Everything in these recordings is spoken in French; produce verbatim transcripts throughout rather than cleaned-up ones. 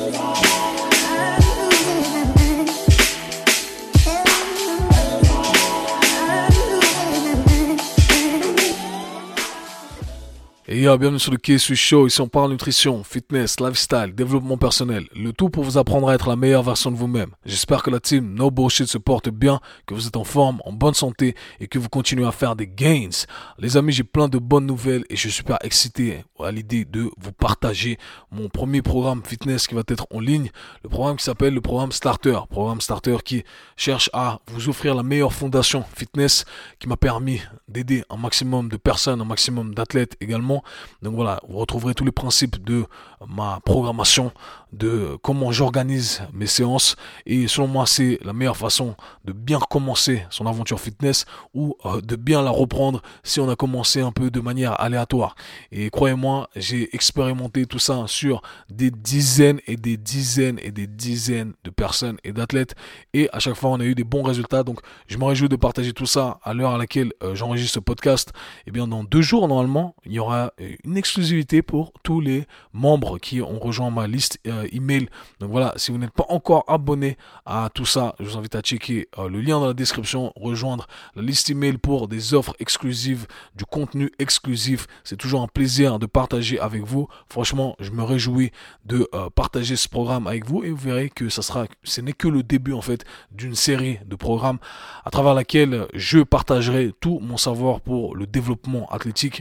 Et yo, bienvenue sur le K-Swiss Show. Ici on parle nutrition, fitness, lifestyle, développement personnel. Le tout pour vous apprendre à être la meilleure version de vous-même. J'espère que la team No Bullshit se porte bien, que vous êtes en forme, en bonne santé et que vous continuez à faire des gains. Les amis, j'ai plein de bonnes nouvelles et je suis super excité à l'idée de vous partager mon premier programme fitness qui va être en ligne. Le programme qui s'appelle le programme Starter. Programme Starter qui cherche à vous offrir la meilleure fondation fitness qui m'a permis d'aider un maximum de personnes, un maximum d'athlètes également. Donc voilà, vous retrouverez tous les principes de ma programmation, de comment j'organise mes séances et selon moi c'est la meilleure façon de bien commencer son aventure fitness ou euh, de bien la reprendre si on a commencé un peu de manière aléatoire. Et croyez-moi, j'ai expérimenté tout ça sur des dizaines et des dizaines et des dizaines de personnes et d'athlètes et à chaque fois on a eu des bons résultats. Donc je me réjouis de partager tout ça à l'heure à laquelle euh, j'enregistre ce podcast. Et bien dans deux jours normalement, il y aura une exclusivité pour tous les membres qui ont rejoint ma liste euh, email. Donc voilà, si vous n'êtes pas encore abonné à tout ça, je vous invite à checker euh, le lien dans la description, rejoindre la liste email pour des offres exclusives, du contenu exclusif. C'est toujours un plaisir de partager avec vous. Franchement, je me réjouis de euh, partager ce programme avec vous et vous verrez que ça sera, ce n'est que le début en fait d'une série de programmes à travers laquelle je partagerai tout mon savoir pour le développement athlétique.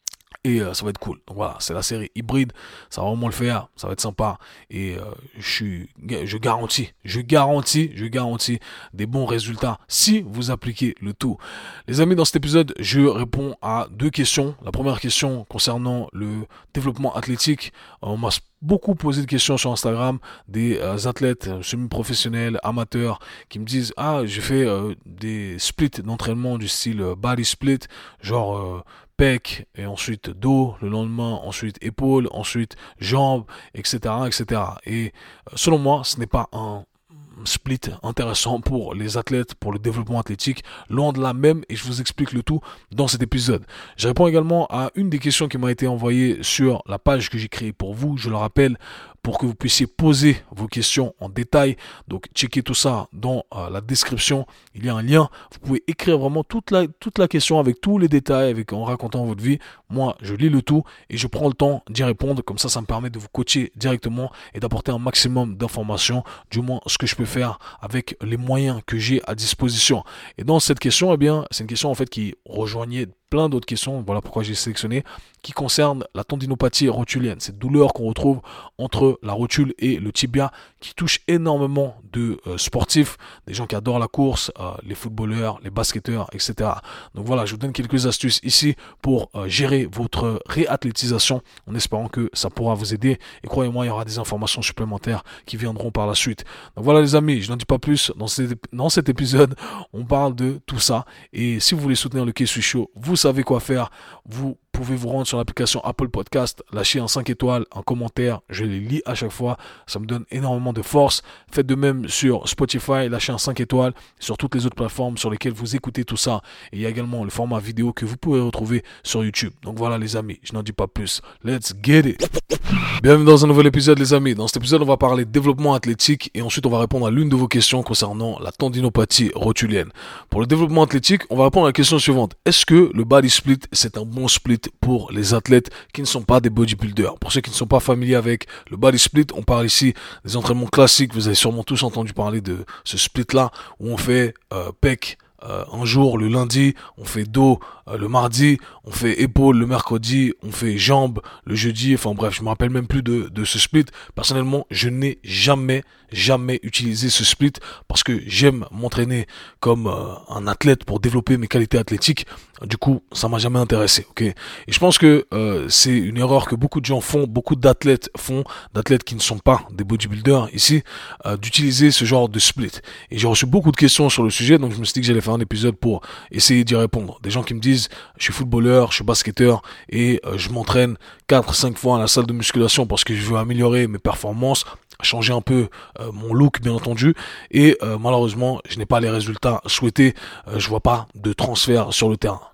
Et euh, ça va être cool. Donc voilà, c'est la série hybride. Ça va vraiment le faire. Ça va être sympa. Et euh, je suis, je garantis, je garantis, je garantis des bons résultats si vous appliquez le tout. Les amis, dans cet épisode, je réponds à deux questions. La première question concernant le développement athlétique. On m'a beaucoup posé de questions sur Instagram, des euh, athlètes euh, semi-professionnels, amateurs, qui me disent « Ah, j'ai fait euh, des splits d'entraînement du style euh, body split, genre euh, pec, et ensuite dos, le lendemain, ensuite épaules, ensuite jambes, et cetera, et cetera » Et euh, selon moi, ce n'est pas un split intéressant pour les athlètes, pour le développement athlétique, loin de là même, et je vous explique le tout dans cet épisode. Je réponds également à une des questions qui m'a été envoyée sur la page que j'ai créée pour vous, je le rappelle, pour que vous puissiez poser vos questions en détail. Donc, checkez tout ça dans euh, la description. Il y a un lien. Vous pouvez écrire vraiment toute la, toute la question avec tous les détails, avec, en racontant votre vie. Moi, je lis le tout et je prends le temps d'y répondre. Comme ça, ça me permet de vous coacher directement et d'apporter un maximum d'informations, du moins ce que je peux faire avec les moyens que j'ai à disposition. Et dans cette question, eh bien, c'est une question en fait qui rejoignait plein d'autres questions, voilà pourquoi j'ai sélectionné, qui concernent la tendinopathie rotulienne, cette douleur qu'on retrouve entre la rotule et le tibia, qui touche énormément de euh, sportifs, des gens qui adorent la course, euh, les footballeurs, les basketteurs, et cetera. Donc voilà, je vous donne quelques astuces ici pour euh, gérer votre réathlétisation, en espérant que ça pourra vous aider, et croyez-moi, il y aura des informations supplémentaires qui viendront par la suite. Donc voilà les amis, je n'en dis pas plus, dans cet, dans cet épisode, on parle de tout ça, et si vous voulez soutenir le K-Swiss Show, vous savez quoi faire, vous pouvez vous rendre sur l'application Apple Podcast, lâcher un cinq étoiles, un commentaire, je les lis à chaque fois, ça me donne énormément de force. Faites de même sur Spotify, lâchez un cinq étoiles, sur toutes les autres plateformes sur lesquelles vous écoutez tout ça. Et il y a également le format vidéo que vous pouvez retrouver sur YouTube. Donc voilà les amis, je n'en dis pas plus. Let's get it! Bienvenue dans un nouvel épisode les amis. Dans cet épisode, on va parler développement athlétique et ensuite on va répondre à l'une de vos questions concernant la tendinopathie rotulienne. Pour le développement athlétique, on va répondre à la question suivante. Est-ce que le body split, c'est un bon split pour les athlètes qui ne sont pas des bodybuilders? Pour ceux qui ne sont pas familiers avec le body split, on parle ici des entraînements classiques. Vous avez sûrement tous entendu parler de ce split-là où on fait euh, pec euh, un jour le lundi, on fait dos euh, le mardi, on fait épaules le mercredi, on fait jambes le jeudi. Enfin bref, je me rappelle même plus de, de ce split. Personnellement, je n'ai jamais, jamais utilisé ce split parce que j'aime m'entraîner comme euh, un athlète pour développer mes qualités athlétiques. Du coup, ça m'a jamais intéressé, ok. Et je pense que euh, c'est une erreur que beaucoup de gens font, beaucoup d'athlètes font, d'athlètes qui ne sont pas des bodybuilders ici, euh, d'utiliser ce genre de split. Et j'ai reçu beaucoup de questions sur le sujet, donc je me suis dit que j'allais faire un épisode pour essayer d'y répondre. Des gens qui me disent, je suis footballeur, je suis basketteur et euh, je m'entraîne quatre cinq fois à la salle de musculation parce que je veux améliorer mes performances, changer un peu euh, mon look bien entendu, et euh, malheureusement je n'ai pas les résultats souhaités, euh, je vois pas de transfert sur le terrain.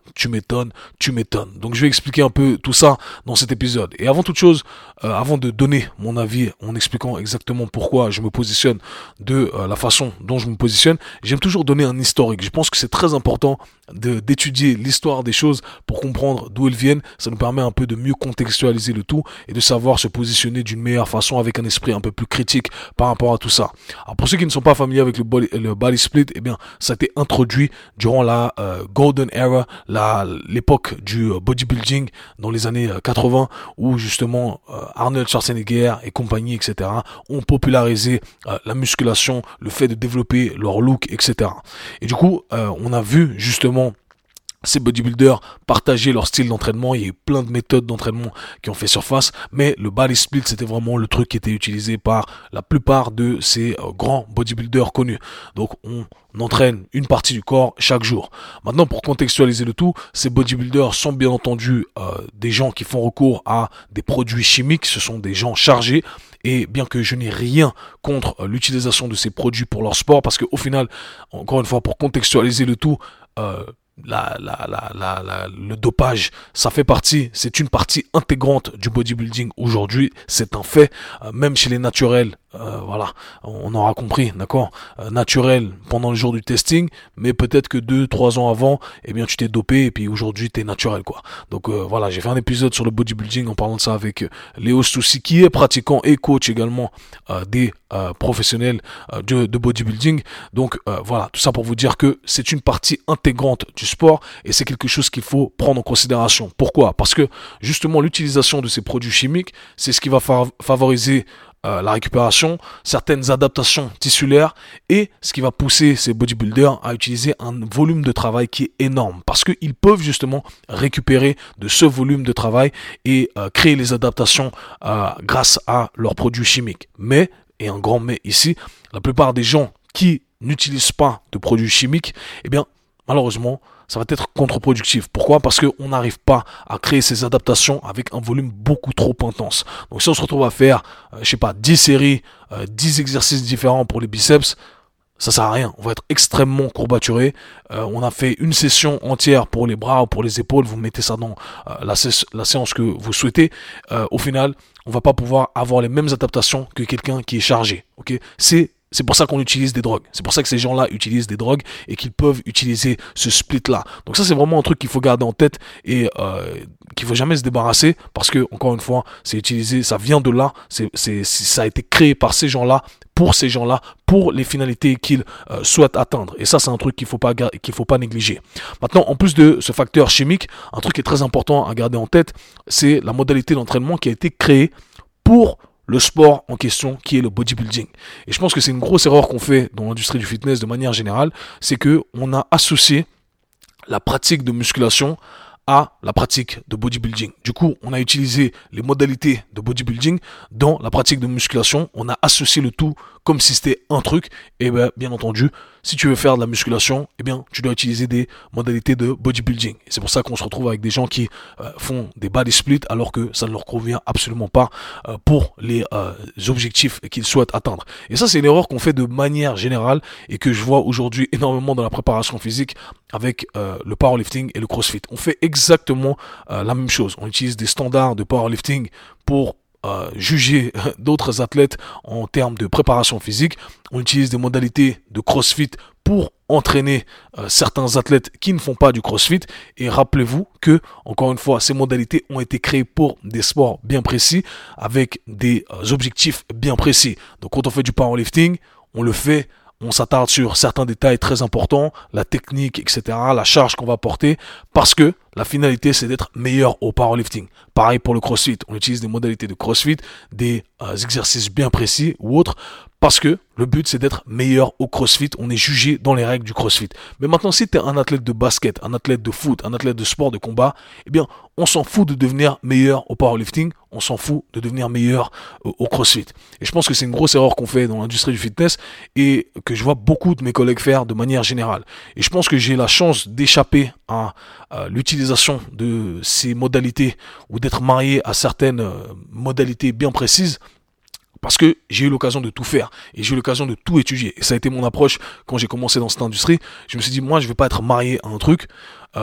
tu m'étonnes, tu m'étonnes. Donc je vais expliquer un peu tout ça dans cet épisode. Et avant toute chose, euh, avant de donner mon avis en expliquant exactement pourquoi je me positionne de euh, la façon dont je me positionne, j'aime toujours donner un historique. Je pense que c'est très important de, d'étudier l'histoire des choses pour comprendre d'où elles viennent. Ça nous permet un peu de mieux contextualiser le tout et de savoir se positionner d'une meilleure façon avec un esprit un peu plus critique par rapport à tout ça. Alors pour ceux qui ne sont pas familiers avec le body, le body split, eh bien ça a été introduit durant la euh, Golden Era, la, l'époque du euh, bodybuilding dans les années euh, quatre-vingts, où justement euh, Arnold Schwarzenegger et compagnie, et cetera ont popularisé euh, la musculation, le fait de développer leur look, et cetera. Et du coup, euh, on a vu justement ces bodybuilders partager leur style d'entraînement. Il y a eu plein de méthodes d'entraînement qui ont fait surface, mais le body split, c'était vraiment le truc qui était utilisé par la plupart de ces euh, grands bodybuilders connus. Donc on entraîne une partie du corps chaque jour. Maintenant, pour contextualiser le tout, ces bodybuilders sont bien entendu euh, des gens qui font recours à des produits chimiques. Ce sont des gens chargés. Et bien que je n'ai rien contre euh, l'utilisation de ces produits pour leur sport, parce qu'au final, encore une fois, pour contextualiser le tout, euh, La, la, la, la, la, le dopage, ça fait partie, c'est une partie intégrante du bodybuilding aujourd'hui, c'est un fait, euh, même chez les naturels, euh, voilà, on aura compris, d'accord, euh, naturel pendant le jour du testing, mais peut-être que deux, trois ans avant, eh bien tu t'es dopé et puis aujourd'hui t'es naturel, quoi. Donc euh, voilà, j'ai fait un épisode sur le bodybuilding en parlant de ça avec euh, Léo Stoussi, qui est pratiquant et coach également euh, des euh, professionnels euh, de, de bodybuilding. Donc euh, voilà, tout ça pour vous dire que c'est une partie intégrante du sport et c'est quelque chose qu'il faut prendre en considération. Pourquoi ? Parce que justement l'utilisation de ces produits chimiques, c'est ce qui va fa- favoriser euh, la récupération, certaines adaptations tissulaires et ce qui va pousser ces bodybuilders à utiliser un volume de travail qui est énorme parce qu'ils peuvent justement récupérer de ce volume de travail et euh, créer les adaptations euh, grâce à leurs produits chimiques. Mais, et un grand mais ici, la plupart des gens qui n'utilisent pas de produits chimiques, eh bien malheureusement, ça va être contre-productif. Pourquoi ? Parce qu'on n'arrive pas à créer ces adaptations avec un volume beaucoup trop intense. Donc si on se retrouve à faire, euh, je sais pas, dix séries, euh, dix exercices différents pour les biceps, ça sert à rien. On va être extrêmement courbaturé. Euh, on a fait une session entière pour les bras ou pour les épaules. Vous mettez ça dans euh, la, sé- la séance que vous souhaitez. Euh, au final, on va pas pouvoir avoir les mêmes adaptations que quelqu'un qui est chargé. Ok ? C'est C'est pour ça qu'on utilise des drogues. C'est pour ça que ces gens-là utilisent des drogues et qu'ils peuvent utiliser ce split-là. Donc ça, c'est vraiment un truc qu'il faut garder en tête et euh, qu'il faut jamais se débarrasser parce que, encore une fois, c'est utilisé, ça vient de là, c'est, c'est, ça a été créé par ces gens-là, pour ces gens-là, pour les finalités qu'ils euh, souhaitent atteindre. Et ça, c'est un truc qu'il faut pas qu'il faut pas négliger. Maintenant, en plus de ce facteur chimique, un truc qui est très important à garder en tête, c'est la modalité d'entraînement qui a été créée pour le sport en question qui est le bodybuilding. Et je pense que c'est une grosse erreur qu'on fait dans l'industrie du fitness de manière générale, c'est que on a associé la pratique de musculation à la pratique de bodybuilding. Du coup, on a utilisé les modalités de bodybuilding dans la pratique de musculation. On a associé le tout comme si c'était un truc. Et bien, bien entendu, si tu veux faire de la musculation, eh bien, tu dois utiliser des modalités de bodybuilding. Et c'est pour ça qu'on se retrouve avec des gens qui euh, font des body splits alors que ça ne leur convient absolument pas euh, pour les euh, objectifs qu'ils souhaitent atteindre. Et ça, c'est une erreur qu'on fait de manière générale et que je vois aujourd'hui énormément dans la préparation physique avec euh, le powerlifting et le crossfit. On fait exactement euh, la même chose. On utilise des standards de powerlifting pour Euh, juger d'autres athlètes en termes de préparation physique. On utilise des modalités de crossfit pour entraîner euh, certains athlètes qui ne font pas du crossfit. Et rappelez-vous que, encore une fois, ces modalités ont été créées pour des sports bien précis, avec des euh, objectifs bien précis. Donc quand on fait du powerlifting, on le fait, on s'attarde sur certains détails très importants, la technique, et cetera, la charge qu'on va porter, parce que la finalité, c'est d'être meilleur au powerlifting. Pareil pour le crossfit. On utilise des modalités de crossfit, des euh, exercices bien précis ou autres, parce que le but, c'est d'être meilleur au crossfit. On est jugé dans les règles du crossfit. Mais maintenant, si tu es un athlète de basket, un athlète de foot, un athlète de sport de combat, eh bien, on s'en fout de devenir meilleur au powerlifting. On s'en fout de devenir meilleur au, au crossfit. Et je pense que c'est une grosse erreur qu'on fait dans l'industrie du fitness et que je vois beaucoup de mes collègues faire de manière générale. Et je pense que j'ai la chance d'échapper à, à l'utilisation de ces modalités ou d'être marié à certaines euh, modalités bien précises. Parce que j'ai eu l'occasion de tout faire et j'ai eu l'occasion de tout étudier. Et ça a été mon approche quand j'ai commencé dans cette industrie. Je me suis dit, moi, je vais pas être marié à un truc. Euh,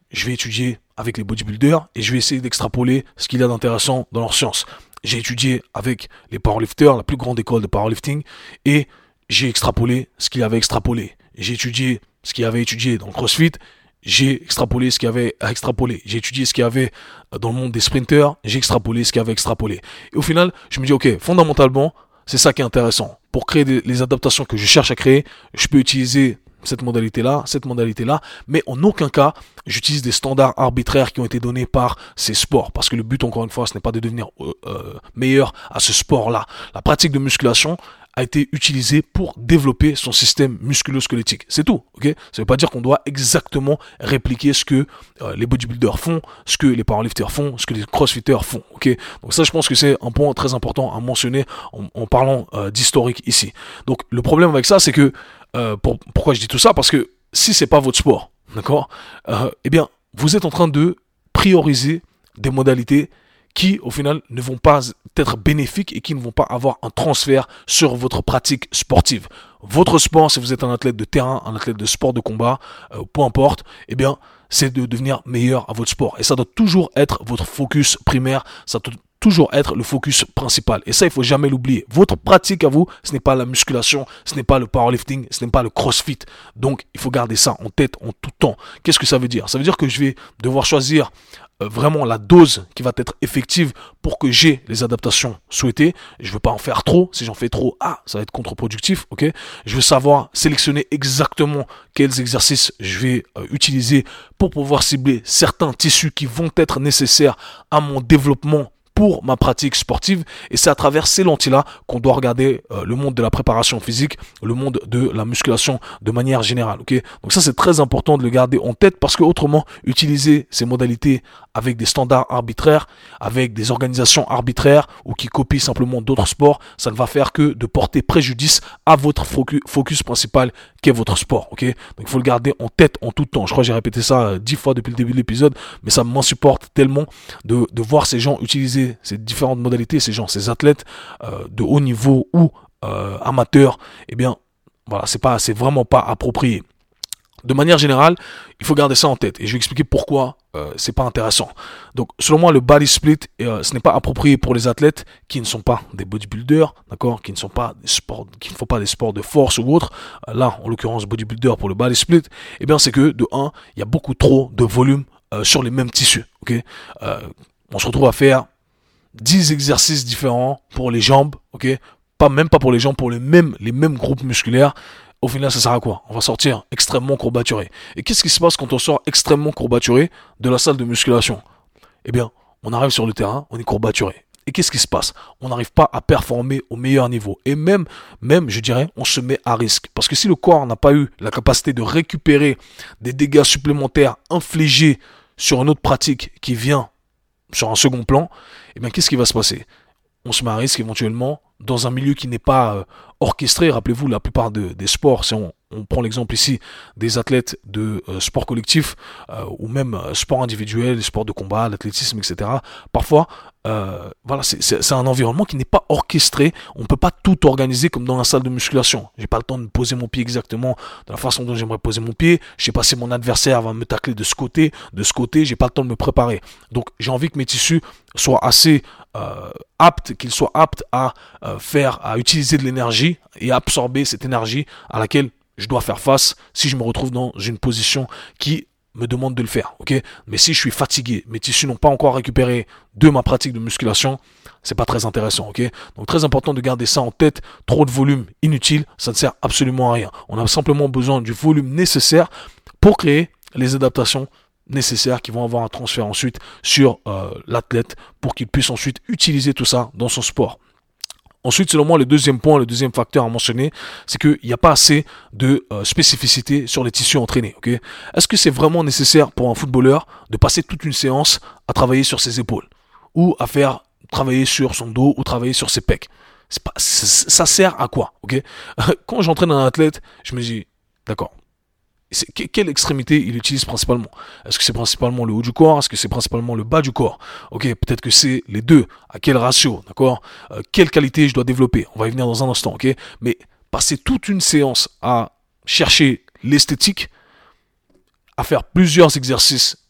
je vais étudier avec les bodybuilders et je vais essayer d'extrapoler ce qu'il y a d'intéressant dans leur science. J'ai étudié avec les powerlifters, la plus grande école de powerlifting, et j'ai extrapolé ce qu'il y avait extrapolé. J'ai étudié ce qu'il y avait étudié dans le CrossFit, j'ai extrapolé ce qu'il y avait à extrapoler. J'ai étudié ce qu'il y avait dans le monde des sprinters, j'ai extrapolé ce qu'il y avait extrapolé. Et au final, je me dis, ok, fondamentalement, c'est ça qui est intéressant. Pour créer des, les adaptations que je cherche à créer, je peux utiliser cette modalité-là, cette modalité-là, mais en aucun cas, j'utilise des standards arbitraires qui ont été donnés par ces sports. Parce que le but, encore une fois, ce n'est pas de devenir euh, euh, meilleur à ce sport-là. La pratique de musculation a été utilisée pour développer son système musculo-squelettique. C'est tout, ok? Ça veut pas dire qu'on doit exactement répliquer ce que euh, les bodybuilders font, ce que les powerlifters font, ce que les crossfitters font, ok? Donc ça, je pense que c'est un point très important à mentionner en, en parlant euh, d'historique ici. Donc le problème avec ça, c'est que euh, pour, pourquoi je dis tout ça? Parce que si c'est pas votre sport, d'accord? Euh, eh bien, vous êtes en train de prioriser des modalités qui, au final, ne vont pas être bénéfiques et qui ne vont pas avoir un transfert sur votre pratique sportive. Votre sport, si vous êtes un athlète de terrain, un athlète de sport de combat, euh, peu importe, eh bien, c'est de devenir meilleur à votre sport. Et ça doit toujours être votre focus primaire, ça doit toujours être le focus principal. Et ça, il faut jamais l'oublier. Votre pratique à vous, ce n'est pas la musculation, ce n'est pas le powerlifting, ce n'est pas le crossfit. Donc, il faut garder ça en tête en tout temps. Qu'est-ce que ça veut dire? Ça veut dire que je vais devoir choisir Euh, vraiment la dose qui va être effective pour que j'ai les adaptations souhaitées. Je ne veux pas en faire trop. Si j'en fais trop, ah, ça va être contre-productif, ok? Je veux savoir sélectionner exactement quels exercices je vais euh, utiliser pour pouvoir cibler certains tissus qui vont être nécessaires à mon développement pour ma pratique sportive. Et c'est à travers ces lentilles-là qu'on doit regarder euh, le monde de la préparation physique, le monde de la musculation de manière générale. Ok, donc ça, c'est très important de le garder en tête parce que autrement, utiliser ces modalités avec des standards arbitraires, avec des organisations arbitraires ou qui copient simplement d'autres sports, ça ne va faire que de porter préjudice à votre focus, focus principal qui est votre sport. Ok, donc il faut le garder en tête en tout temps. Je crois que j'ai répété ça euh, dix fois depuis le début de l'épisode, mais ça m'insupporte tellement de, de voir ces gens utiliser ces différentes modalités, ces gens, ces athlètes euh, de haut niveau ou euh, amateurs. Eh bien, voilà, c'est pas, c'est vraiment pas approprié. De manière générale, il faut garder ça en tête et je vais expliquer pourquoi euh, c'est pas intéressant. Donc, selon moi, le body split, euh, ce n'est pas approprié pour les athlètes qui ne sont pas des bodybuilders, d'accord, qui ne sont pas des sports, qui ne font pas des sports de force ou autre. Euh, là, en l'occurrence, bodybuilder pour le body split, eh bien, c'est que de un, il y a beaucoup trop de volume euh, sur les mêmes tissus. Ok, euh, on se retrouve à faire dix exercices différents pour les jambes, ok, pas même pas pour les jambes, pour les mêmes les mêmes groupes musculaires. Au final, ça sert à quoi? On va sortir extrêmement courbaturé. Et qu'est-ce qui se passe quand on sort extrêmement courbaturé de la salle de musculation? Eh bien, on arrive sur le terrain, on est courbaturé. Et qu'est-ce qui se passe? On n'arrive pas à performer au meilleur niveau. Et même, même, je dirais, on se met à risque. Parce que si le corps n'a pas eu la capacité de récupérer des dégâts supplémentaires infligés sur une autre pratique qui vient sur un second plan, eh bien, qu'est-ce qui va se passer? On se met à risque éventuellement dans un milieu qui n'est pas euh, orchestré. Rappelez-vous, la plupart de, des sports, si on, on prend l'exemple ici des athlètes de euh, sport collectif euh, ou même euh, sport individuel, sport de combat, l'athlétisme, et cetera. Parfois, euh, voilà, c'est, c'est, c'est un environnement qui n'est pas orchestré. On ne peut pas tout organiser comme dans la salle de musculation. J'ai pas le temps de poser mon pied exactement de la façon dont j'aimerais poser mon pied. Je sais pas si mon adversaire va me tacler de ce côté, de ce côté. J'ai pas le temps de me préparer. Donc, j'ai envie que mes tissus soient assez euh, aptes, qu'ils soient aptes à euh, faire, à utiliser de l'énergie et à absorber cette énergie à laquelle je dois faire face si je me retrouve dans une position qui me demande de le faire, ok? Mais si je suis fatigué, mes tissus n'ont pas encore récupéré de ma pratique de musculation, c'est pas très intéressant, ok? Donc très important de garder ça en tête. Trop de volume inutile, ça ne sert absolument à rien. On a simplement besoin du volume nécessaire pour créer les adaptations nécessaires qui vont avoir un transfert ensuite sur euh, l'athlète pour qu'il puisse ensuite utiliser tout ça dans son sport. Ensuite, selon moi, le deuxième point, le deuxième facteur à mentionner, c'est qu'il n'y a pas assez de euh, spécificité sur les tissus entraînés. Okay, est-ce que c'est vraiment nécessaire pour un footballeur de passer toute une séance à travailler sur ses épaules ou à faire travailler sur son dos ou travailler sur ses pecs? C'est pas, c'est, ça sert à quoi? Okay, quand j'entraîne un athlète, je me dis, d'accord, c'est, quelle extrémité il utilise principalement? Est-ce que c'est principalement le haut du corps? Est-ce que c'est principalement le bas du corps? Ok, peut-être que c'est les deux. À quel ratio? D'accord, euh, quelle qualité je dois développer? On va y venir dans un instant, ok? Mais passer toute une séance à chercher l'esthétique, à faire plusieurs exercices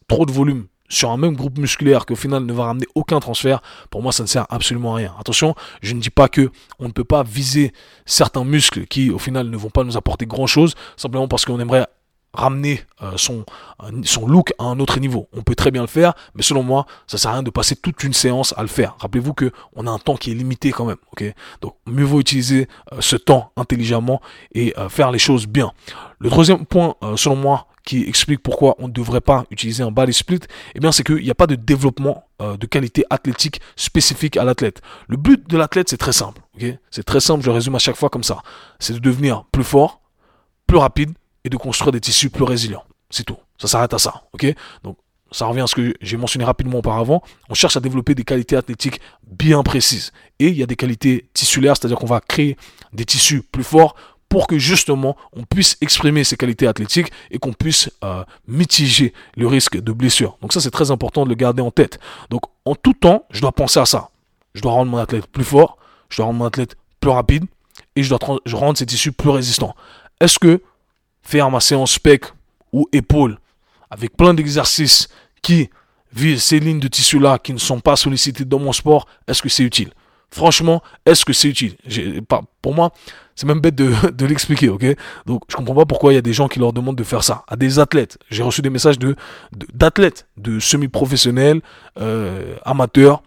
trop de volume sur un même groupe musculaire qui au final ne va ramener aucun transfert, pour moi ça ne sert absolument à rien. Attention, je ne dis pas que on ne peut pas viser certains muscles qui au final ne vont pas nous apporter grand chose, simplement parce qu'on aimerait ramener euh, son, son look à un autre niveau. On peut très bien le faire, mais selon moi, ça sert à rien de passer toute une séance à le faire. Rappelez-vous que on a un temps qui est limité quand même, ok? Donc mieux vaut utiliser euh, ce temps intelligemment et euh, faire les choses bien. Le troisième point, euh, selon moi, qui explique pourquoi on ne devrait pas utiliser un body split, eh bien c'est qu'il n'y a pas de développement euh, de qualité athlétique spécifique à l'athlète. Le but de l'athlète, c'est très simple, ok? C'est très simple, je le résume à chaque fois comme ça. C'est de devenir plus fort, plus rapide, et de construire des tissus plus résilients. C'est tout. Ça s'arrête à ça. Ok? Donc, ça revient à ce que j'ai mentionné rapidement auparavant. On cherche à développer des qualités athlétiques bien précises. Et il y a des qualités tissulaires, c'est-à-dire qu'on va créer des tissus plus forts pour que justement on puisse exprimer ces qualités athlétiques et qu'on puisse euh, mitiger le risque de blessure. Donc ça, c'est très important de le garder en tête. Donc, en tout temps, je dois penser à ça. Je dois rendre mon athlète plus fort, je dois rendre mon athlète plus rapide et je dois tra- je rendre ces tissus plus résistants. Est-ce que faire ma séance pec ou épaule avec plein d'exercices qui visent ces lignes de tissu-là qui ne sont pas sollicitées dans mon sport, est-ce que c'est utile? Franchement, est-ce que c'est utile? J'ai, pas, Pour moi, c'est même bête de, de l'expliquer, ok? Donc, je comprends pas pourquoi il y a des gens qui leur demandent de faire ça. À des athlètes. J'ai reçu des messages de, de d'athlètes, de semi-professionnels, euh, amateurs,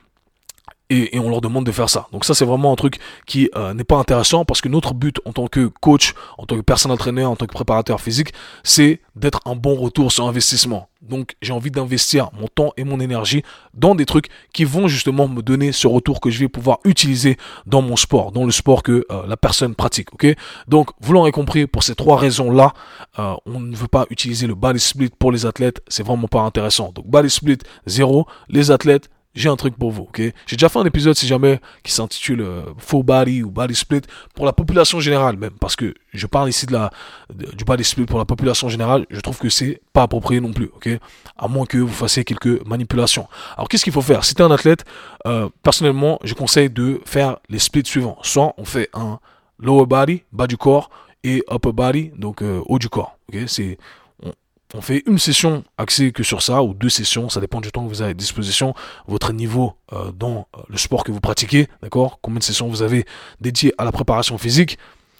Et, et on leur demande de faire ça. Donc ça, c'est vraiment un truc qui euh, n'est pas intéressant parce que notre but en tant que coach, en tant que personal trainer, en tant que préparateur physique, c'est d'être un bon retour sur investissement. Donc j'ai envie d'investir mon temps et mon énergie dans des trucs qui vont justement me donner ce retour que je vais pouvoir utiliser dans mon sport, dans le sport que euh, la personne pratique. Ok? Donc vous l'aurez compris, pour ces trois raisons-là, euh, on ne veut pas utiliser le body split pour les athlètes. C'est vraiment pas intéressant. Donc body split zéro, les athlètes, j'ai un truc pour vous, ok? J'ai déjà fait un épisode, si jamais, qui s'intitule euh, Full Body ou Body Split pour la population générale même, parce que je parle ici de la de, du body split pour la population générale. Je trouve que c'est pas approprié non plus, ok? À moins que vous fassiez quelques manipulations. Alors qu'est-ce qu'il faut faire? Si t'es un athlète, euh, personnellement, je conseille de faire les splits suivants. Soit on fait un lower body, bas du corps, et upper body, donc euh, haut du corps, ok? C'est On fait une session axée que sur ça, ou deux sessions, ça dépend du temps que vous avez à disposition, votre niveau euh, dans le sport que vous pratiquez, d'accord? Combien de sessions vous avez dédiées à la préparation physique,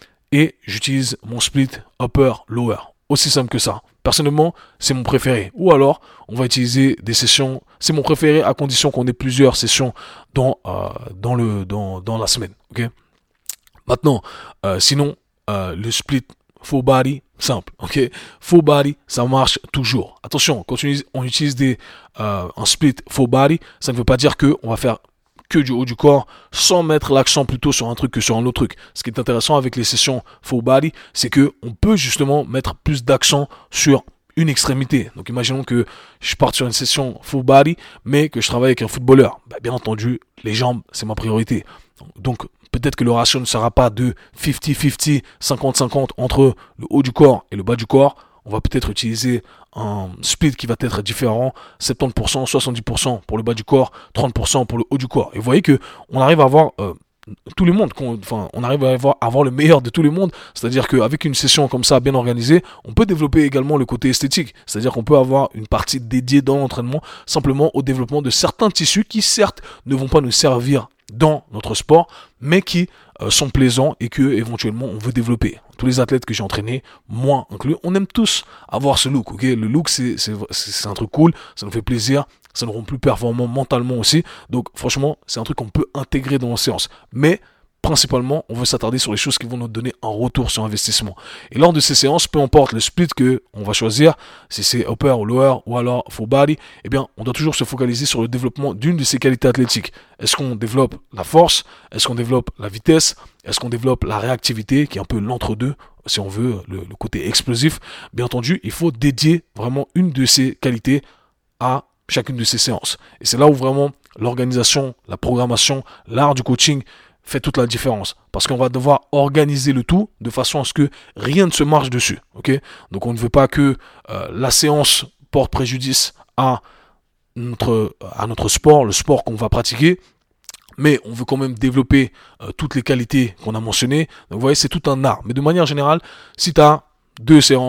et j'utilise mon split upper-lower. Aussi simple que ça. Personnellement, c'est mon préféré. Ou alors, on va utiliser des sessions, c'est mon préféré à condition qu'on ait plusieurs sessions dans, euh, dans, le, dans, dans la semaine, ok? Maintenant, euh, sinon, euh, le split full body, simple, ok? Full body, ça marche toujours. Attention, quand on utilise des, euh, un split full body, ça ne veut pas dire que on va faire que du haut du corps sans mettre l'accent plutôt sur un truc que sur un autre truc. Ce qui est intéressant avec les sessions full body, c'est que on peut justement mettre plus d'accent sur une extrémité. Donc imaginons que je parte sur une session full body, mais que je travaille avec un footballeur. Bah, bien entendu, les jambes, c'est ma priorité. Donc peut-être que le ratio ne sera pas de cinquante cinquante, cinquante cinquante entre le haut du corps et le bas du corps. On va peut-être utiliser un split qui va être différent, soixante-dix pour cent, soixante-dix pour cent pour le bas du corps, trente pour cent pour le haut du corps. Et vous voyez que on arrive à avoir euh, tous les mondes, enfin, on arrive à avoir, à avoir le meilleur de tous les mondes. C'est-à-dire qu'avec une session comme ça bien organisée, on peut développer également le côté esthétique. C'est-à-dire qu'on peut avoir une partie dédiée dans l'entraînement simplement au développement de certains tissus qui certes ne vont pas nous servir dans notre sport, mais qui euh, sont plaisants et que éventuellement on veut développer. Tous les athlètes que j'ai entraînés, moi inclus, on aime tous avoir ce look, ok? Le look, c'est, c'est, c'est un truc cool, ça nous fait plaisir, ça nous rend plus performants mentalement aussi. Donc franchement, c'est un truc qu'on peut intégrer dans nos séances. Mais principalement, on veut s'attarder sur les choses qui vont nous donner un retour sur investissement. Et lors de ces séances, peu importe le split que on va choisir, si c'est upper ou lower ou alors full body, eh bien, on doit toujours se focaliser sur le développement d'une de ces qualités athlétiques. Est-ce qu'on développe la force? Est-ce qu'on développe la vitesse? Est-ce qu'on développe la réactivité, qui est un peu l'entre-deux, si on veut, le, le côté explosif? Bien entendu, il faut dédier vraiment une de ces qualités à chacune de ces séances. Et c'est là où vraiment l'organisation, la programmation, l'art du coaching fait toute la différence. Parce qu'on va devoir organiser le tout de façon à ce que rien ne se marche dessus. Ok? Donc on ne veut pas que euh, la séance porte préjudice à notre, à notre sport, le sport qu'on va pratiquer. Mais on veut quand même développer euh, toutes les qualités qu'on a mentionnées. Donc vous voyez, c'est tout un art. Mais de manière générale, si tu as deux séances,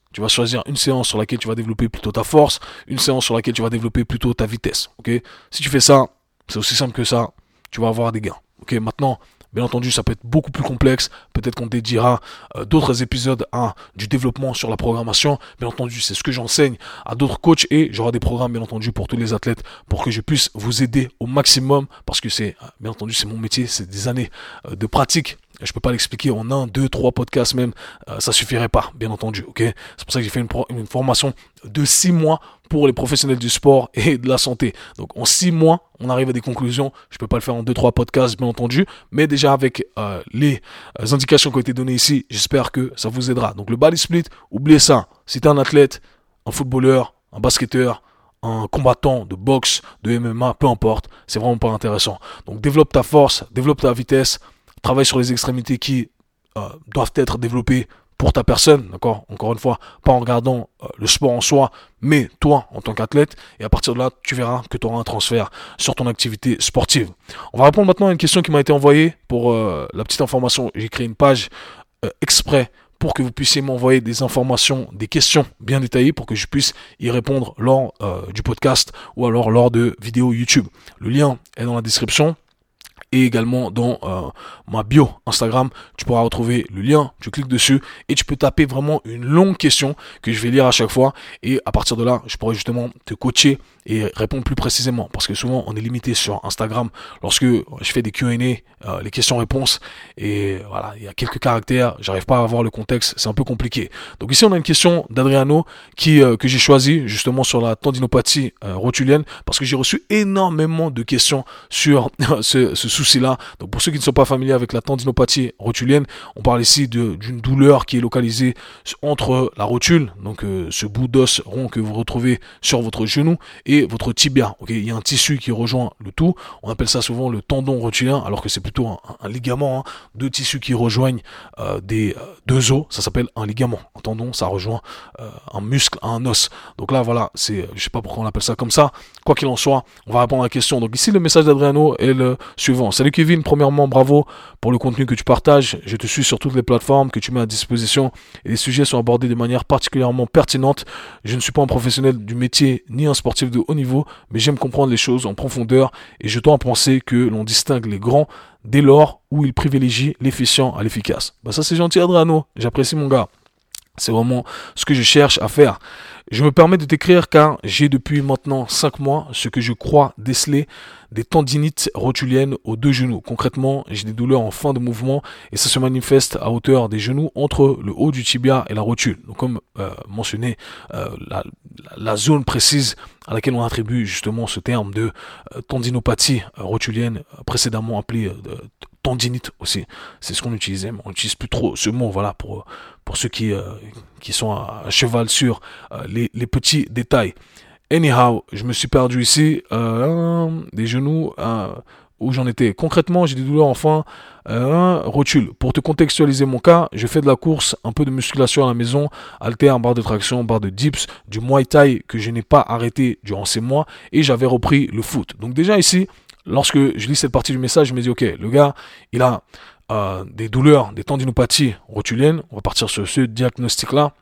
Tu vas choisir une séance sur laquelle tu vas développer plutôt ta force, une séance sur laquelle tu vas développer plutôt ta vitesse. Ok? Si tu fais ça, c'est aussi simple que ça, tu vas avoir des gains. Ok? Maintenant, bien entendu, ça peut être beaucoup plus complexe. Peut-être qu'on dédiera euh, d'autres épisodes à du développement sur la programmation. Bien entendu, c'est ce que j'enseigne à d'autres coachs et j'aurai des programmes, bien entendu, pour tous les athlètes pour que je puisse vous aider au maximum parce que c'est, euh, bien entendu, c'est mon métier, c'est des années euh, de pratique. Je peux pas l'expliquer en un, deux, trois podcasts même, euh, ça suffirait pas, bien entendu, ok? C'est pour ça que j'ai fait une, pro- une formation de six mois pour les professionnels du sport et de la santé. Donc en six mois, on arrive à des conclusions. Je peux pas le faire en deux, trois podcasts, bien entendu, mais déjà avec euh, les euh, indications qui ont été données ici, j'espère que ça vous aidera. Donc le body split, oubliez ça. Si t'es un athlète, un footballeur, un basketteur, un combattant de boxe, de M M A, peu importe, c'est vraiment pas intéressant. Donc développe ta force, développe ta vitesse, travaille sur les extrémités qui euh, doivent être développées pour ta personne, d'accord? Encore une fois, pas en regardant euh, le sport en soi, mais toi en tant qu'athlète, et à partir de là, tu verras que tu auras un transfert sur ton activité sportive. On va répondre maintenant à une question qui m'a été envoyée pour euh, la petite information. J'ai créé une page euh, exprès pour que vous puissiez m'envoyer des informations, des questions bien détaillées pour que je puisse y répondre lors euh, du podcast ou alors lors de vidéos YouTube. Le lien est dans la description. Et également dans euh, ma bio Instagram, tu pourras retrouver le lien, tu cliques dessus et tu peux taper vraiment une longue question que je vais lire à chaque fois et à partir de là, je pourrai justement te coacher et répondre plus précisément parce que souvent on est limité sur Instagram lorsque je fais des Q and A, euh, les questions-réponses et voilà, il y a quelques caractères, j'arrive pas à avoir le contexte, c'est un peu compliqué. Donc ici on a une question d'Adriano qui euh, que j'ai choisi justement sur la tendinopathie euh, rotulienne parce que j'ai reçu énormément de questions sur ce, ce souci-là. Donc pour ceux qui ne sont pas familiers avec la tendinopathie rotulienne, on parle ici de, d'une douleur qui est localisée entre la rotule, donc euh, ce bout d'os rond que vous retrouvez sur votre genou et votre tibia. Okay, il y a un tissu qui rejoint le tout. On appelle ça souvent le tendon rotulien, alors que c'est plutôt un, un ligament. Hein, deux tissus qui rejoignent euh, des euh, deux os, ça s'appelle un ligament. Un tendon, ça rejoint euh, un muscle à un os. Donc là, voilà, c'est, je sais pas pourquoi on appelle ça comme ça. Quoi qu'il en soit, on va répondre à la question. Donc ici, le message d'Adriano est le suivant. Salut Kevin, premièrement, bravo pour le contenu que tu partages. Je te suis sur toutes les plateformes que tu mets à disposition et les sujets sont abordés de manière particulièrement pertinente. Je ne suis pas un professionnel du métier ni un sportif de haut niveau, mais j'aime comprendre les choses en profondeur et je tends à penser que l'on distingue les grands dès lors où ils privilégient l'efficient à l'efficace. Bah ça c'est gentil Adriano, j'apprécie mon gars. C'est vraiment ce que je cherche à faire. Je me permets de t'écrire car j'ai depuis maintenant cinq mois ce que je crois déceler des tendinites rotuliennes aux deux genoux. Concrètement, j'ai des douleurs en fin de mouvement et ça se manifeste à hauteur des genoux entre le haut du tibia et la rotule. Donc comme euh, mentionné, euh, la, la zone précise à laquelle on attribue justement ce terme de euh, tendinopathie euh, rotulienne, euh, précédemment appelée euh, tendinite aussi. C'est ce qu'on utilisait, mais on n'utilise plus trop ce mot, voilà, pour, pour ceux qui, euh, qui sont à, à cheval sur euh, les, les petits détails. Anyhow, je me suis perdu ici, euh, des genoux, euh, où j'en étais. Concrètement, j'ai des douleurs en fin, euh, rotule. Pour te contextualiser mon cas, je fais de la course, un peu de musculation à la maison, haltère, barre de traction, barre de dips, du muay thai que je n'ai pas arrêté durant ces mois, et j'avais repris le foot. Donc déjà ici, lorsque je lis cette partie du message, je me dis, ok, le gars, il a euh, des douleurs, des tendinopathies rotuliennes, on va partir sur ce diagnostic-là,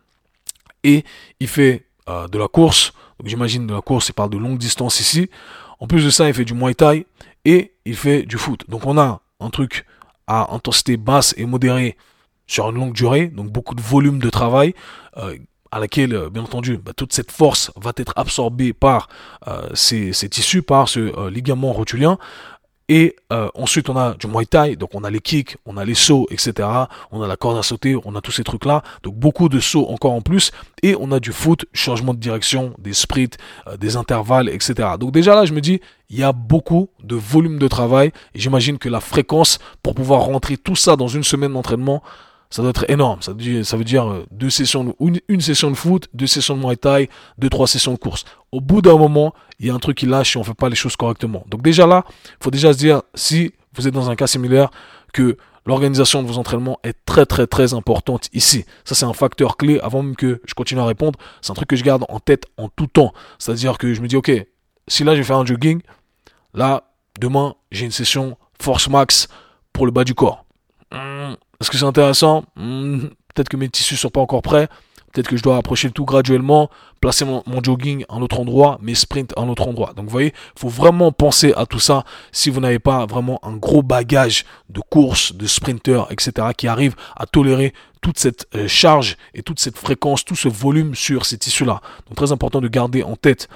et il fait euh, de la course, donc j'imagine de la course, il parle de longue distance ici, en plus de ça, il fait du muay thai, et il fait du foot. Donc on a un truc à intensité basse et modérée sur une longue durée, donc beaucoup de volume de travail, euh, à laquelle, euh, bien entendu, bah, toute cette force va être absorbée par euh, ces, ces tissus, par ce euh, ligament rotulien. Et euh, ensuite, on a du Muay Thai, donc on a les kicks, on a les sauts, et cetera. On a la corde à sauter, on a tous ces trucs-là. Donc beaucoup de sauts encore en plus. Et on a du foot, changement de direction, des sprints, euh, des intervalles, et cetera. Donc déjà là, je me dis, il y a beaucoup de volume de travail. Et j'imagine que la fréquence pour pouvoir rentrer tout ça dans une semaine d'entraînement, ça doit être énorme. Ça veut dire, ça veut dire deux sessions, de, une, une session de foot, deux sessions de Muay Thai, deux, trois sessions de course. Au bout d'un moment, il y a un truc qui lâche si on fait pas les choses correctement. Donc déjà là, il faut déjà se dire, si vous êtes dans un cas similaire, que l'organisation de vos entraînements est très très très importante ici. Ça c'est un facteur clé. Avant même que je continue à répondre, c'est un truc que je garde en tête en tout temps. C'est-à-dire que je me dis, ok, si là je vais faire un jogging, là, demain, j'ai une session force max pour le bas du corps. Hum, Est-ce que c'est intéressant? hmm, Peut-être que mes tissus sont pas encore prêts. Peut-être que je dois approcher le tout graduellement, placer mon, mon jogging à un autre endroit, mes sprints à un autre endroit. Donc vous voyez, il faut vraiment penser à tout ça si vous n'avez pas vraiment un gros bagage de courses, de sprinters, et cetera qui arrive à tolérer toute cette euh, charge et toute cette fréquence, tout ce volume sur ces tissus-là. Donc très important de garder en tête.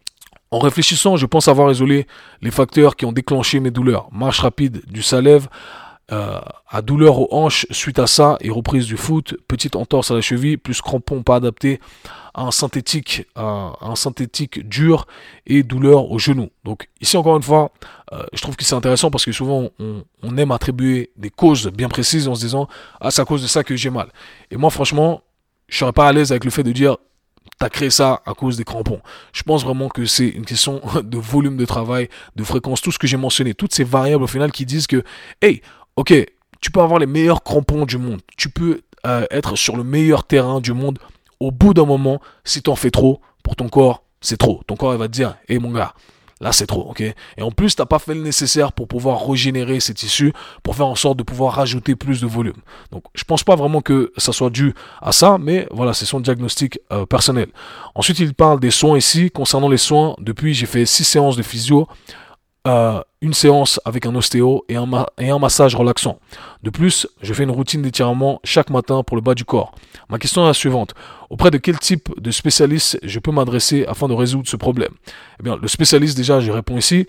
En réfléchissant, je pense avoir isolé les facteurs qui ont déclenché mes douleurs. Marche rapide du Salève, euh, à douleur aux hanches suite à ça et reprise du foot, petite entorse à la cheville, plus crampon pas adapté à un synthétique, à un synthétique dur et douleur au genou. Donc ici encore une fois, euh, je trouve que c'est intéressant parce que souvent on, on aime attribuer des causes bien précises en se disant ah c'est à cause de ça que j'ai mal. Et moi franchement, je serais pas à l'aise avec le fait de dire t'as créé ça à cause des crampons. Je pense vraiment que c'est une question de volume de travail, de fréquence, tout ce que j'ai mentionné, toutes ces variables au final qui disent que, hey, ok, tu peux avoir les meilleurs crampons du monde, tu peux euh, être sur le meilleur terrain du monde, au bout d'un moment, si t'en fais trop, pour ton corps, c'est trop. Ton corps, il va te dire, hey mon gars, là c'est trop, ok. Et en plus, t'as pas fait le nécessaire pour pouvoir régénérer ces tissus, pour faire en sorte de pouvoir rajouter plus de volume. Donc, je pense pas vraiment que ça soit dû à ça, mais voilà, c'est son diagnostic euh, personnel. Ensuite, il parle des soins ici. Concernant les soins, depuis, j'ai fait six séances de physio, euh, une séance avec un ostéo et un, ma- et un massage relaxant. De plus, je fais une routine d'étirement chaque matin pour le bas du corps. Ma question est la suivante. Auprès de quel type de spécialiste je peux m'adresser afin de résoudre ce problème? Eh bien, le spécialiste, déjà, je réponds ici,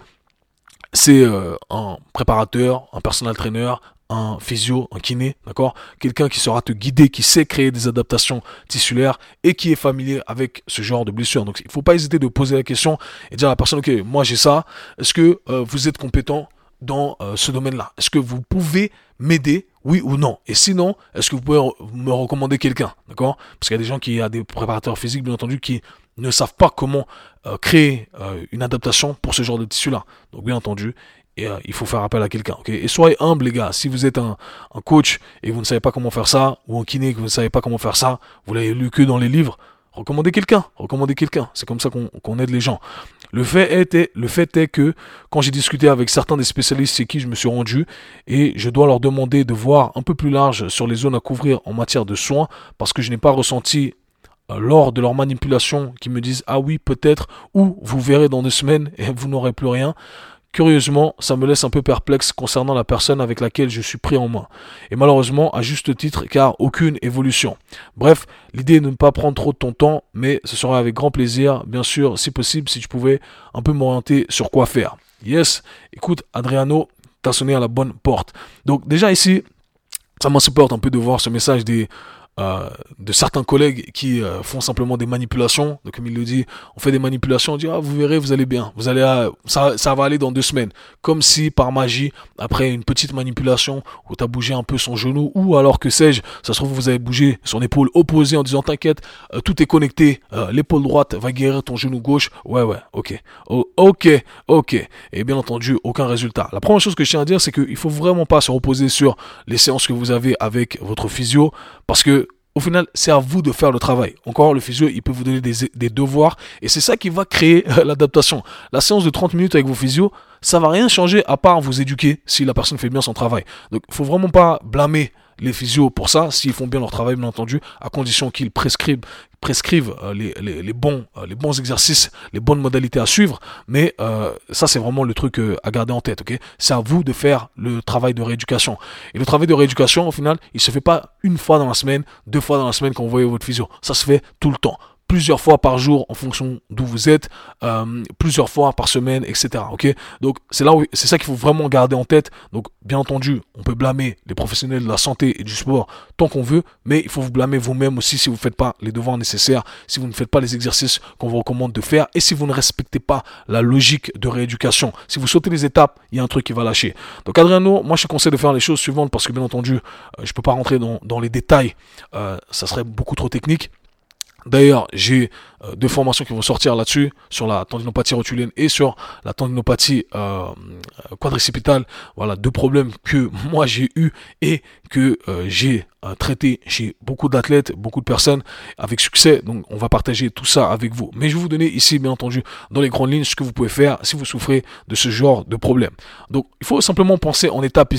c'est euh, un préparateur, un personal trainer, un physio, un kiné, d'accord? Quelqu'un qui saura te guider, qui sait créer des adaptations tissulaires et qui est familier avec ce genre de blessure. Donc, il ne faut pas hésiter de poser la question et dire à la personne, ok, moi j'ai ça, est-ce que euh, vous êtes compétent dans euh, ce domaine-là? Est-ce que vous pouvez m'aider, oui ou non? Et sinon, est-ce que vous pouvez me recommander quelqu'un, d'accord? Parce qu'il y a des gens qui, il y a des préparateurs physiques, bien entendu, qui ne savent pas comment euh, créer euh, une adaptation pour ce genre de tissu-là. Donc, bien entendu, et, euh, il faut faire appel à quelqu'un, ok? Et soyez humble, les gars. Si vous êtes un, un coach et vous ne savez pas comment faire ça, ou un kiné et que vous ne savez pas comment faire ça, vous l'avez lu que dans les livres, recommandez quelqu'un, recommandez quelqu'un. C'est comme ça qu'on qu'on aide les gens. Le fait, était, le fait est que quand j'ai discuté avec certains des spécialistes chez qui je me suis rendu et je dois leur demander de voir un peu plus large sur les zones à couvrir en matière de soins parce que je n'ai pas ressenti euh, lors de leur manipulation qui me disent ah oui peut-être ou vous verrez dans deux semaines et vous n'aurez plus rien. Curieusement, ça me laisse un peu perplexe concernant la personne avec laquelle je suis pris en main. Et malheureusement, à juste titre, car aucune évolution. Bref, l'idée est de ne pas prendre trop de ton temps, mais ce sera avec grand plaisir, bien sûr, si possible, si tu pouvais un peu m'orienter sur quoi faire. Yes, écoute, Adriano, t'as sonné à la bonne porte. Donc déjà ici, ça m'insupporte un peu de voir ce message des... Euh, de certains collègues qui euh, font simplement des manipulations. Donc comme il le dit, on fait des manipulations, on dit ah vous verrez, vous allez bien, vous allez euh, ça ça va aller dans deux semaines. Comme si par magie, après une petite manipulation où t'as bougé un peu son genou ou alors que sais-je, ça se trouve vous avez bougé son épaule opposée en disant t'inquiète, euh, tout est connecté, euh, l'épaule droite va guérir ton genou gauche. Ouais ouais, ok, oh, ok, ok. Et bien entendu aucun résultat. La première chose que je tiens à dire, c'est qu'il faut vraiment pas se reposer sur les séances que vous avez avec votre physio parce que au final, c'est à vous de faire le travail. Encore, le physio, il peut vous donner des, des devoirs et c'est ça qui va créer euh, l'adaptation. La séance de trente minutes avec vos physios, ça va rien changer à part vous éduquer si la personne fait bien son travail. Donc, il faut vraiment pas blâmer les physios pour ça, s'ils font bien leur travail, bien entendu, à condition qu'ils prescrivent, prescrivent euh, les, les, les, bons, euh, les bons exercices, les bonnes modalités à suivre. Mais euh, ça, c'est vraiment le truc euh, à garder en tête. Ok, c'est à vous de faire le travail de rééducation. Et le travail de rééducation, au final, il se fait pas une fois dans la semaine, deux fois dans la semaine quand vous voyez votre physio. Ça se fait tout le temps. Plusieurs fois par jour en fonction d'où vous êtes, euh, plusieurs fois par semaine, et cetera. Ok, donc c'est là où c'est ça qu'il faut vraiment garder en tête. Donc bien entendu, on peut blâmer les professionnels de la santé et du sport tant qu'on veut, mais il faut vous blâmer vous-même aussi si vous ne faites pas les devoirs nécessaires, si vous ne faites pas les exercices qu'on vous recommande de faire et si vous ne respectez pas la logique de rééducation. Si vous sautez les étapes, il y a un truc qui va lâcher. Donc Adriano, moi je te conseille de faire les choses suivantes parce que bien entendu, euh, je peux pas rentrer dans, dans les détails, euh, ça serait beaucoup trop technique. D'ailleurs, j'ai euh, deux formations qui vont sortir là-dessus, sur la tendinopathie rotulienne et sur la tendinopathie euh, quadricipitale. Voilà, deux problèmes que moi j'ai eu et que euh, j'ai euh, traité chez beaucoup d'athlètes, beaucoup de personnes avec succès. Donc, on va partager tout ça avec vous. Mais je vais vous donner ici, bien entendu, dans les grandes lignes, ce que vous pouvez faire si vous souffrez de ce genre de problème. Donc, il faut simplement penser en étapes ici.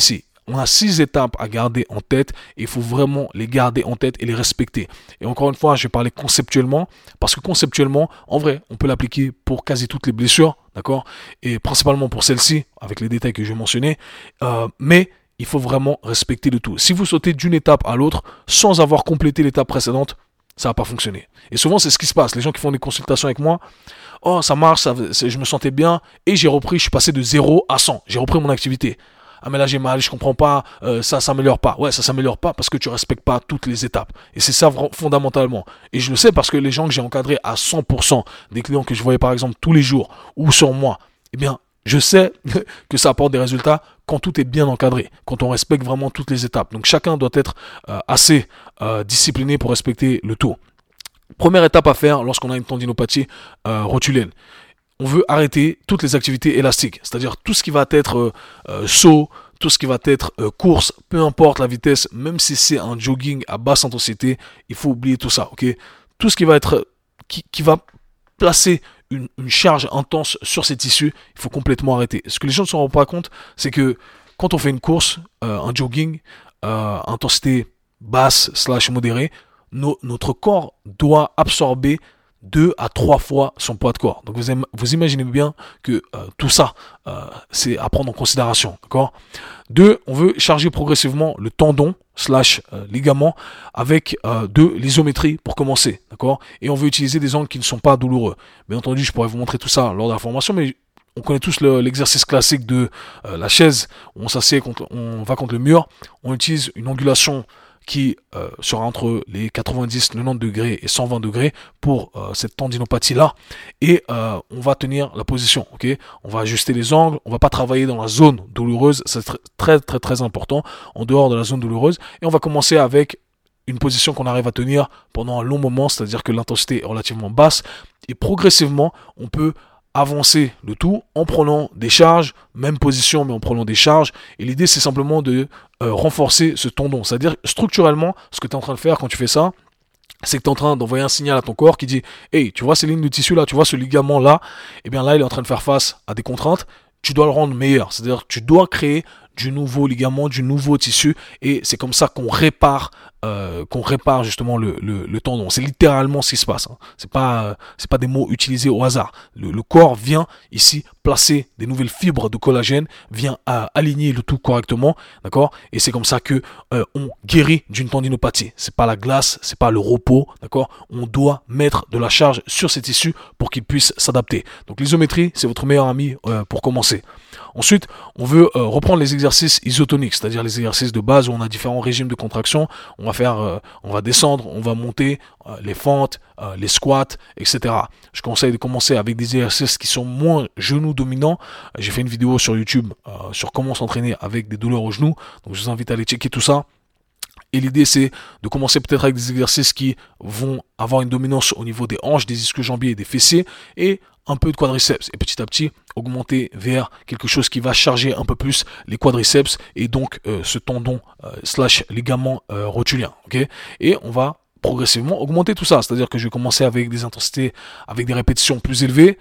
On a six étapes à garder en tête et il faut vraiment les garder en tête et les respecter. Et encore une fois, je vais parler conceptuellement parce que conceptuellement, en vrai, on peut l'appliquer pour quasi toutes les blessures, d'accord? Et principalement pour celle-ci, avec les détails que je vais mentionner. Euh, mais il faut vraiment respecter le tout. Si vous sautez d'une étape à l'autre sans avoir complété l'étape précédente, ça va pas fonctionner. Et souvent, c'est ce qui se passe. Les gens qui font des consultations avec moi, oh, ça marche, ça, je me sentais bien, et j'ai repris, je suis passé de zéro à cent. J'ai repris mon activité. Ah, mais là, j'ai mal, je comprends pas, euh, ça s'améliore pas. Ouais, ça s'améliore pas parce que tu respectes pas toutes les étapes. Et c'est ça fondamentalement. Et je le sais parce que les gens que j'ai encadrés à cent pour cent, des clients que je voyais par exemple tous les jours, ou sur moi, eh bien, je sais que ça apporte des résultats quand tout est bien encadré, quand on respecte vraiment toutes les étapes. Donc chacun doit être euh, assez euh, discipliné pour respecter le tout. Première étape à faire lorsqu'on a une tendinopathie euh, rotulienne. On veut arrêter toutes les activités élastiques, c'est-à-dire tout ce qui va être euh, euh, saut, tout ce qui va être euh, course, peu importe la vitesse, même si c'est un jogging à basse intensité, il faut oublier tout ça, ok? Tout ce qui va être, qui, qui va placer une, une charge intense sur ces tissus, il faut complètement arrêter. Ce que les gens ne se rendent pas compte, c'est que quand on fait une course, euh, un jogging, euh, intensité basse slash modérée, no, notre corps doit absorber deux à trois fois son poids de corps. Donc vous, vous imaginez bien que euh, tout ça, euh, c'est à prendre en considération, d'accord? Deux, on veut charger progressivement le tendon slash euh, ligament avec euh, de l'isométrie pour commencer, d'accord? Et on veut utiliser des angles qui ne sont pas douloureux. Bien entendu, je pourrais vous montrer tout ça lors de la formation, mais on connaît tous le, l'exercice classique de euh, la chaise. On s'assied, contre, on va contre le mur, on utilise une angulation qui euh, sera entre les quatre-vingt-dix, quatre-vingt-dix degrés et cent vingt degrés pour euh, cette tendinopathie-là. Et euh, on va tenir la position, ok? On va ajuster les angles, on va pas travailler dans la zone douloureuse, c'est très très très très important, en dehors de la zone douloureuse. Et on va commencer avec une position qu'on arrive à tenir pendant un long moment, c'est-à-dire que l'intensité est relativement basse. Et progressivement, on peut avancer le tout en prenant des charges, même position mais en prenant des charges, et l'idée c'est simplement de euh, renforcer ce tendon, c'est-à-dire structurellement ce que tu es en train de faire quand tu fais ça, c'est que tu es en train d'envoyer un signal à ton corps qui dit hey, tu vois ces lignes de tissu là, tu vois ce ligament là, et bien là il est en train de faire face à des contraintes, tu dois le rendre meilleur, c'est-à-dire tu dois créer du nouveau ligament, du nouveau tissu, et c'est comme ça qu'on répare, euh, qu'on répare justement le, le, le tendon. C'est littéralement ce qui se passe. Hein. C'est pas, euh, c'est pas des mots utilisés au hasard. Le, le corps vient ici placer des nouvelles fibres de collagène, vient à aligner le tout correctement, d'accord. Et c'est comme ça que euh, on guérit d'une tendinopathie. C'est pas la glace, c'est pas le repos, d'accord. On doit mettre de la charge sur ces tissus pour qu'ils puissent s'adapter. Donc l'isométrie, c'est votre meilleur ami euh, pour commencer. Ensuite, on veut euh, reprendre les exercices isotoniques, c'est-à-dire les exercices de base où on a différents régimes de contraction. On va faire, euh, on va descendre, on va monter, euh, les fentes, euh, les squats, et cetera. Je conseille de commencer avec des exercices qui sont moins genoux dominants. J'ai fait une vidéo sur YouTube euh, sur comment s'entraîner avec des douleurs aux genoux, donc je vous invite à aller checker tout ça. Et l'idée, c'est de commencer peut-être avec des exercices qui vont avoir une dominance au niveau des hanches, des ischio-jambiers et des fessiers, et un peu de quadriceps. Et petit à petit, augmenter vers quelque chose qui va charger un peu plus les quadriceps et donc euh, ce tendon euh, slash ligament euh, rotulien. Okay, et on va progressivement augmenter tout ça. C'est-à-dire que je vais commencer avec des intensités, avec des répétitions plus élevées.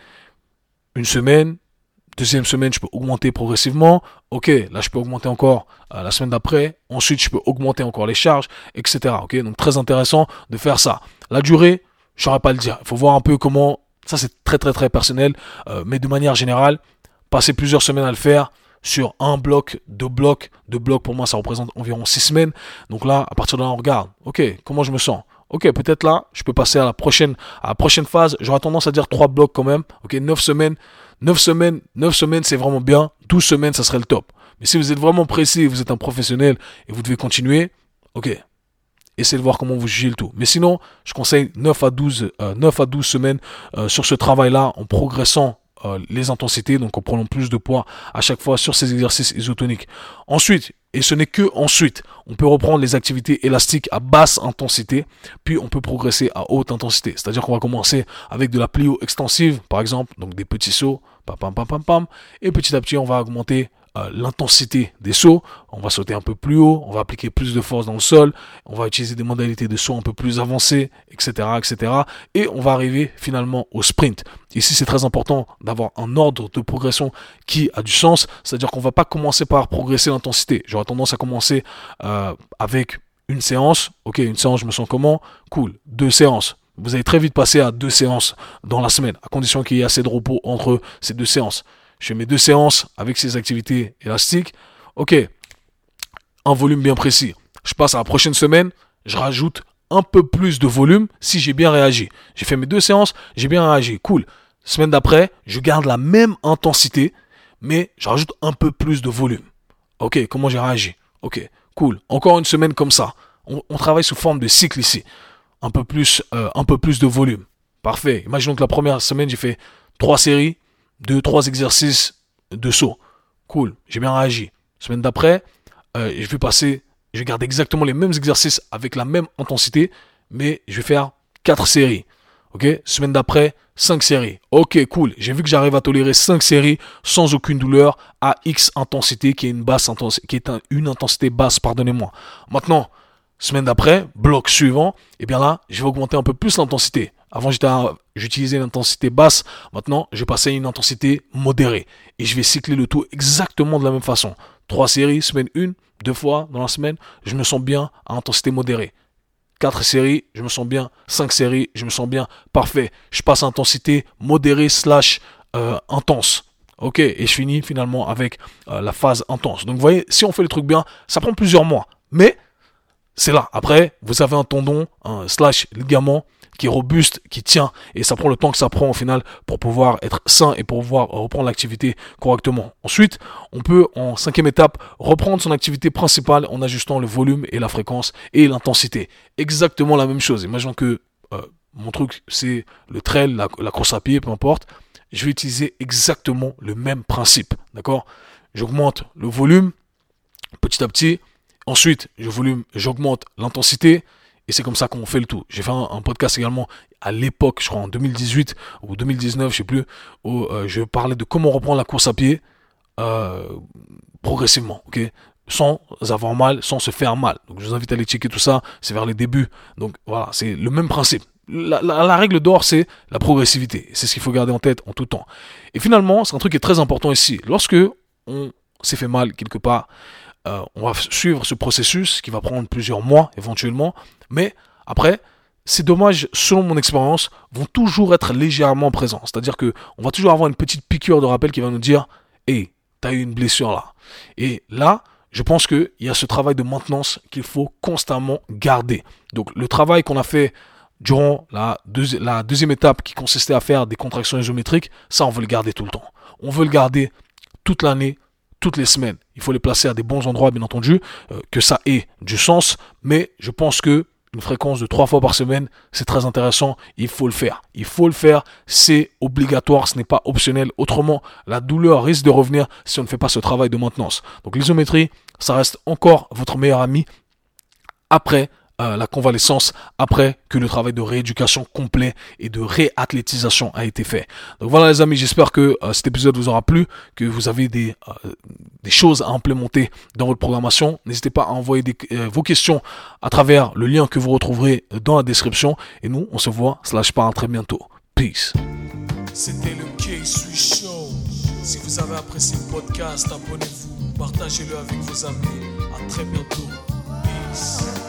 Une semaine, deuxième semaine, je peux augmenter progressivement. Ok, là, je peux augmenter encore euh, la semaine d'après. Ensuite, je peux augmenter encore les charges, et cetera. Ok, donc très intéressant de faire ça. La durée, je ne saurais pas le dire. Il faut voir un peu comment. Ça, c'est très, très, très personnel. Euh, mais de manière générale, passer plusieurs semaines à le faire sur un bloc, deux blocs. Deux blocs, pour moi, ça représente environ six semaines. Donc là, à partir de là, on regarde. Ok, comment je me sens? Ok, peut-être là, je peux passer à la prochaine, à la prochaine phase. J'aurais tendance à dire trois blocs quand même. Ok, neuf semaines. neuf semaines, neuf semaines, c'est vraiment bien. douze semaines, ça serait le top. Mais si vous êtes vraiment pressé, vous êtes un professionnel et vous devez continuer, ok. Essayez de voir comment vous jugez le tout. Mais sinon, je conseille neuf à douze, euh, neuf à douze semaines euh, sur ce travail-là en progressant euh, les intensités, donc en prenant plus de poids à chaque fois sur ces exercices isotoniques. Ensuite, et ce n'est que ensuite, on peut reprendre les activités élastiques à basse intensité, puis on peut progresser à haute intensité. C'est-à-dire qu'on va commencer avec de la plio extensive, par exemple, donc des petits sauts, pam pam pam pam pam, et petit à petit, on va augmenter euh, l'intensité des sauts. On va sauter un peu plus haut, on va appliquer plus de force dans le sol, on va utiliser des modalités de saut un peu plus avancées, et cetera, et cetera. Et on va arriver finalement au sprint. Ici, c'est très important d'avoir un ordre de progression qui a du sens. C'est-à-dire qu'on ne va pas commencer par progresser l'intensité. J'aurais tendance à commencer euh, avec une séance. Ok, une séance, je me sens comment? Cool. Deux séances. Vous allez très vite passer à deux séances dans la semaine, à condition qu'il y ait assez de repos entre ces deux séances. Je fais mes deux séances avec ces activités élastiques. Ok, un volume bien précis. Je passe à la prochaine semaine, je rajoute un peu plus de volume si j'ai bien réagi. J'ai fait mes deux séances, j'ai bien réagi. Cool. Semaine d'après, je garde la même intensité, mais je rajoute un peu plus de volume. Ok, comment j'ai réagi? Ok, cool. Encore une semaine comme ça. On, on travaille sous forme de cycle ici. Un peu plus, euh, un peu plus de volume. Parfait. Imaginons que la première semaine, j'ai fait trois séries, deux, trois exercices de saut. Cool. J'ai bien réagi. Semaine d'après, euh, je vais passer, je vais garder exactement les mêmes exercices avec la même intensité, mais je vais faire quatre séries. Ok. Semaine d'après, cinq séries. Ok, cool. J'ai vu que j'arrive à tolérer cinq séries sans aucune douleur à X intensité, qui est une basse intensité, qui est un, une intensité basse, pardonnez-moi. Maintenant, semaine d'après, bloc suivant, et bien là, je vais augmenter un peu plus l'intensité. Avant, j'étais à, j'utilisais une intensité basse. Maintenant, je vais passer à une intensité modérée. Et je vais cycler le tout exactement de la même façon. Trois séries, semaine une, deux fois dans la semaine, je me sens bien à intensité modérée. Quatre séries, je me sens bien. Cinq séries, je me sens bien. Parfait. Je passe à intensité modérée slash euh, intense. Ok, et je finis finalement avec euh, la phase intense. Donc vous voyez, si on fait le truc bien, ça prend plusieurs mois. Mais c'est là. Après, vous avez un tendon, un slash ligament qui est robuste, qui tient. Et ça prend le temps que ça prend au final pour pouvoir être sain et pour pouvoir reprendre l'activité correctement. Ensuite, on peut en cinquième étape reprendre son activité principale en ajustant le volume et la fréquence et l'intensité. Exactement la même chose. Imaginons que euh, mon truc c'est le trail, la, la course à pied, peu importe. Je vais utiliser exactement le même principe. D'accord? J'augmente le volume petit à petit. Ensuite, je volume, j'augmente l'intensité et c'est comme ça qu'on fait le tout. J'ai fait un, un podcast également à l'époque, je crois en deux mille dix-huit ou deux mille dix-neuf, je sais plus, où euh, je parlais de comment reprendre la course à pied euh, progressivement, ok, sans avoir mal, sans se faire mal. Donc je vous invite à aller checker tout ça, c'est vers les débuts. Donc voilà, c'est le même principe. La, la, la règle d'or, c'est la progressivité. C'est ce qu'il faut garder en tête en tout temps. Et finalement, c'est un truc qui est très important ici. Lorsque on s'est fait mal quelque part, Euh, on va suivre ce processus qui va prendre plusieurs mois éventuellement, mais après, ces dommages, selon mon expérience, vont toujours être légèrement présents. C'est-à-dire que on va toujours avoir une petite piqûre de rappel qui va nous dire « Hey, t'as eu une blessure là ». Et là, je pense qu'il y a ce travail de maintenance qu'il faut constamment garder. Donc le travail qu'on a fait durant la, deuxi- la deuxième étape qui consistait à faire des contractions isométriques, ça on veut le garder tout le temps. On veut le garder toute l'année, toutes les semaines. Il faut les placer à des bons endroits, bien entendu, euh, que ça ait du sens, mais je pense que une fréquence de trois fois par semaine, c'est très intéressant, il faut le faire. Il faut le faire, c'est obligatoire, ce n'est pas optionnel. Autrement, la douleur risque de revenir si on ne fait pas ce travail de maintenance. Donc l'isométrie, ça reste encore votre meilleur ami après Euh, la convalescence, après que le travail de rééducation complet et de réathlétisation a été fait. Donc voilà les amis, j'espère que euh, cet épisode vous aura plu, que vous avez des, euh, des choses à implémenter dans votre programmation. N'hésitez pas à envoyer des, euh, vos questions à travers le lien que vous retrouverez dans la description. Et nous, on se voit, slash parle très bientôt. Peace. C'était le K-Swiss Show. Si vous avez apprécié le podcast, abonnez-vous, partagez-le avec vos amis. À très bientôt. Peace.